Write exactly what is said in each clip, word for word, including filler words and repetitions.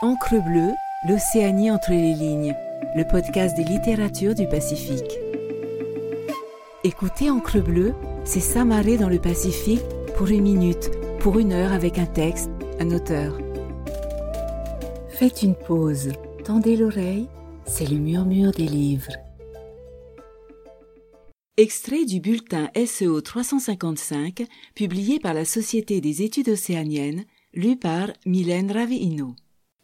Encre bleue, l'Océanie entre les lignes, le podcast des littératures du Pacifique. Écoutez Encre bleue, c'est s'amarrer dans le Pacifique pour une minute, pour une heure avec un texte, un auteur. Faites une pause, tendez l'oreille, c'est le murmure des livres. Extrait du bulletin S E O trois cent cinquante-cinq, publié par la Société des études océaniennes, lu par Mylène Raveino.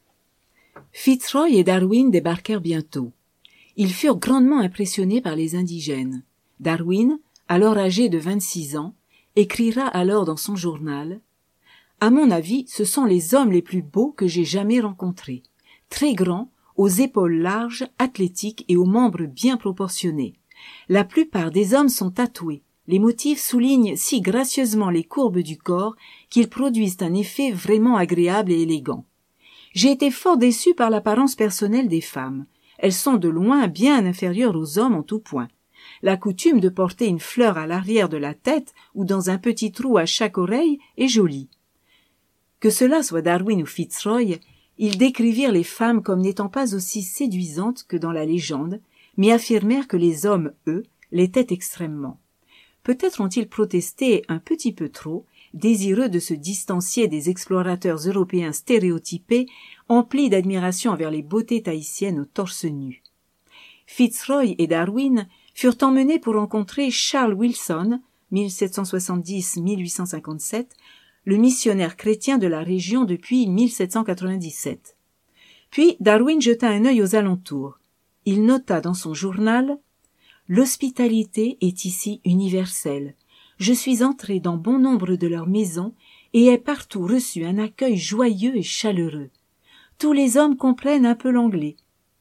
Fitzroy et Darwin débarquèrent bientôt. Ils furent grandement impressionnés par les indigènes. Darwin, alors âgé de vingt-six ans, écrira alors dans son journal « À mon avis, ce sont les hommes les plus beaux que j'ai jamais rencontrés. Très grands, aux épaules larges, athlétiques et aux membres bien proportionnés. La plupart des hommes sont tatoués. Les motifs soulignent si gracieusement les courbes du corps qu'ils produisent un effet vraiment agréable et élégant. J'ai été fort déçu par l'apparence personnelle des femmes. Elles sont de loin bien inférieures aux hommes en tout point. La coutume de porter une fleur à l'arrière de la tête ou dans un petit trou à chaque oreille est jolie. » Que cela soit Darwin ou Fitzroy, ils décrivirent les femmes comme n'étant pas aussi séduisantes que dans la légende, mais affirmèrent que les hommes, eux, l'étaient extrêmement. Peut-être ont-ils protesté un petit peu trop, désireux de se distancier des explorateurs européens stéréotypés, emplis d'admiration envers les beautés tahitiennes au torse nu. Fitzroy et Darwin furent emmenés pour rencontrer Charles Wilson, mille sept cent soixante-dix à mille huit cent cinquante-sept, le missionnaire chrétien de la région depuis mille sept cent quatre-vingt-dix-sept. Puis Darwin jeta un œil aux alentours. Il nota dans son journal « L'hospitalité est ici universelle. Je suis entré dans bon nombre de leurs maisons et ai partout reçu un accueil joyeux et chaleureux. Tous les hommes comprennent un peu l'anglais. »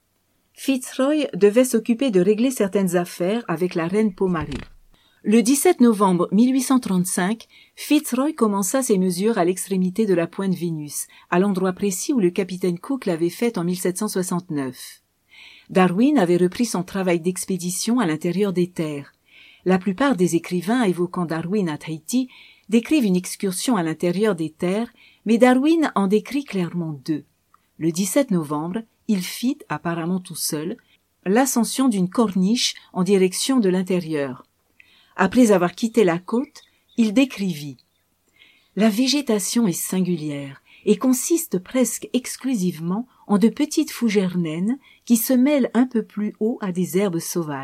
Fitzroy devait s'occuper de régler certaines affaires avec la reine Pomare. Le dix-sept novembre mille huit cent trente-cinq, Fitzroy commença ses mesures à l'extrémité de la pointe Vénus, à l'endroit précis où le capitaine Cook l'avait fait en mille sept cent soixante-neuf. Darwin avait repris son travail d'expédition à l'intérieur des terres. La plupart des écrivains évoquant Darwin à Tahiti décrivent une excursion à l'intérieur des terres, mais Darwin en décrit clairement deux. Le dix-sept novembre, il fit, apparemment tout seul, l'ascension d'une corniche en direction de l'intérieur. Après avoir quitté la côte, il décrivit « La végétation est singulière et consiste presque exclusivement en de petites fougères naines qui se mêlent un peu plus haut à des herbes sauvages. »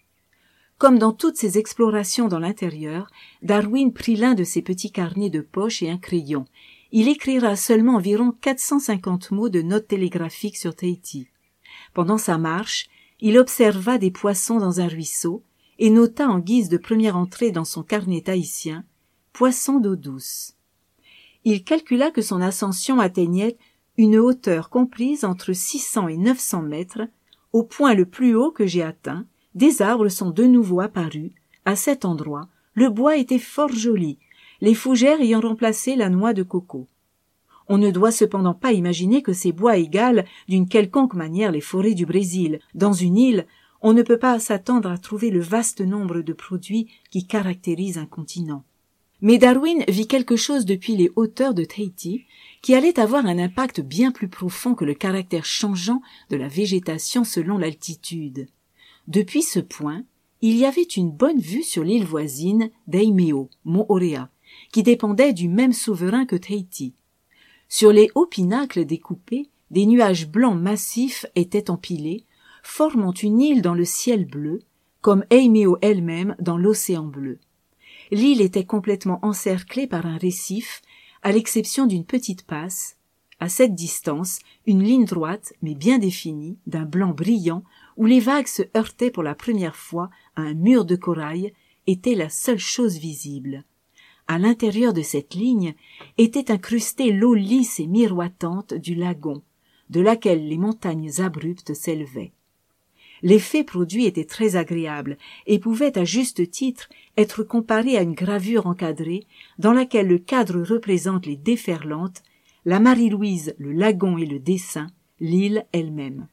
Comme dans toutes ses explorations dans l'intérieur, Darwin prit l'un de ses petits carnets de poche et un crayon. Il écrira seulement environ quatre cent cinquante mots de notes télégraphiques sur Tahiti. Pendant sa marche, il observa des poissons dans un ruisseau et nota en guise de première entrée dans son carnet tahitien « Poissons d'eau douce ». Il calcula que son ascension atteignait une hauteur comprise entre six cents et neuf cents mètres, au point le plus haut que j'ai atteint. Des arbres sont de nouveau apparus. À cet endroit, le bois était fort joli, les fougères ayant remplacé la noix de coco. On ne doit cependant pas imaginer que ces bois égalent d'une quelconque manière les forêts du Brésil. Dans une île, on ne peut pas s'attendre à trouver le vaste nombre de produits qui caractérisent un continent. Mais Darwin vit quelque chose depuis les hauteurs de Tahiti qui allait avoir un impact bien plus profond que le caractère changeant de la végétation selon l'altitude. Depuis ce point, il y avait une bonne vue sur l'île voisine d'Eimeo, Moorea, qui dépendait du même souverain que Tahiti. Sur les hauts pinacles découpés, des nuages blancs massifs étaient empilés, formant une île dans le ciel bleu, comme Eimeo elle-même dans l'océan bleu. L'île était complètement encerclée par un récif, à l'exception d'une petite passe. À cette distance, une ligne droite, mais bien définie, d'un blanc brillant, où les vagues se heurtaient pour la première fois à un mur de corail, était la seule chose visible. À l'intérieur de cette ligne était incrustée l'eau lisse et miroitante du lagon, de laquelle les montagnes abruptes s'élevaient. L'effet produit était très agréable et pouvait à juste titre être comparé à une gravure encadrée dans laquelle le cadre représente les déferlantes, la Marie-Louise, le lagon et le dessin, l'île elle-même.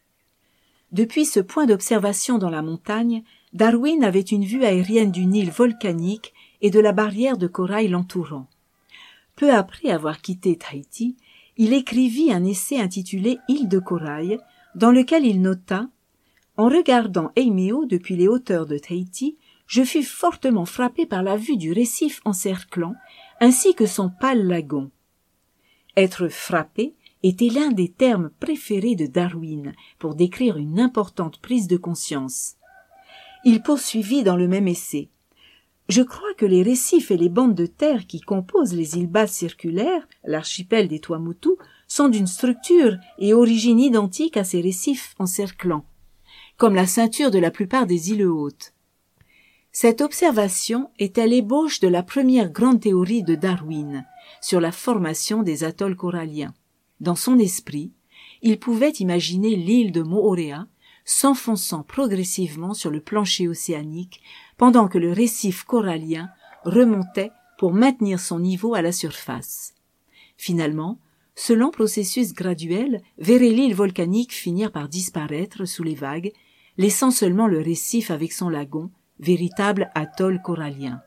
Depuis ce point d'observation dans la montagne, Darwin avait une vue aérienne d'une île volcanique et de la barrière de corail l'entourant. Peu après avoir quitté Tahiti, il écrivit un essai intitulé « Île de corail » dans lequel il nota « En regardant Eimeo depuis les hauteurs de Tahiti, je fus fortement frappé par la vue du récif encerclant ainsi que son pâle lagon. » Être frappé était l'un des termes préférés de Darwin pour décrire une importante prise de conscience. Il poursuivit dans le même essai. « Je crois que les récifs et les bandes de terre qui composent les îles basses circulaires, l'archipel des Tuamotu, sont d'une structure et origine identiques à ces récifs encerclants, comme la ceinture de la plupart des îles hautes. » Cette observation était l'ébauche de la première grande théorie de Darwin sur la formation des atolls coralliens. Dans son esprit, il pouvait imaginer l'île de Moorea s'enfonçant progressivement sur le plancher océanique pendant que le récif corallien remontait pour maintenir son niveau à la surface. Finalement, ce lent processus graduel verrait l'île volcanique finir par disparaître sous les vagues, laissant seulement le récif avec son lagon, véritable atoll corallien.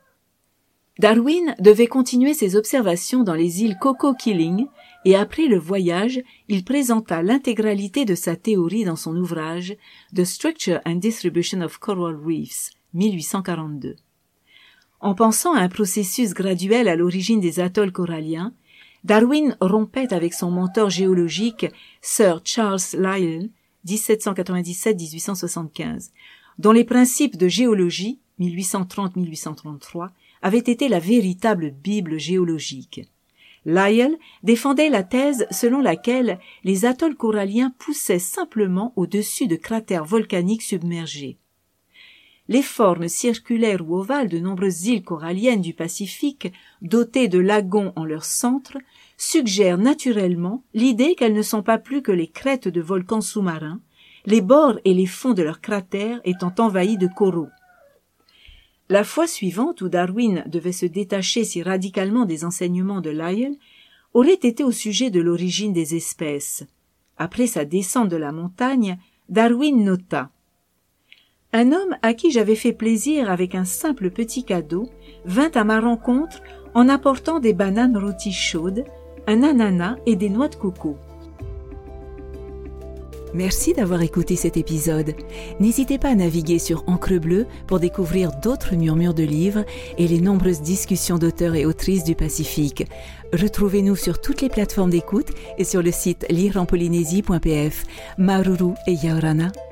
Darwin devait continuer ses observations dans les îles Cocos-Keeling et après le voyage, il présenta l'intégralité de sa théorie dans son ouvrage « The Structure and Distribution of Coral Reefs » mille huit cent quarante-deux. En pensant à un processus graduel à l'origine des atolls coralliens, Darwin rompait avec son mentor géologique Sir Charles Lyell dix-sept cent quatre-vingt-dix-sept à dix-huit cent soixante-quinze, dont les principes de géologie mille huit cent trente à mille huit cent trente-trois avaient été la véritable Bible géologique. Lyell défendait la thèse selon laquelle les atolls coralliens poussaient simplement au-dessus de cratères volcaniques submergés. Les formes circulaires ou ovales de nombreuses îles coralliennes du Pacifique, dotées de lagons en leur centre, suggèrent naturellement l'idée qu'elles ne sont pas plus que les crêtes de volcans sous-marins, les bords et les fonds de leurs cratères étant envahis de coraux. La fois suivante où Darwin devait se détacher si radicalement des enseignements de Lyell aurait été au sujet de l'origine des espèces. Après sa descente de la montagne, Darwin nota « Un homme à qui j'avais fait plaisir avec un simple petit cadeau vint à ma rencontre en apportant des bananes rôties chaudes, un ananas et des noix de coco. » Merci d'avoir écouté cet épisode. N'hésitez pas à naviguer sur Encre Bleue pour découvrir d'autres murmures de livres et les nombreuses discussions d'auteurs et autrices du Pacifique. Retrouvez-nous sur toutes les plateformes d'écoute et sur le site lire en polynésie point p f. Maruru et Yaorana.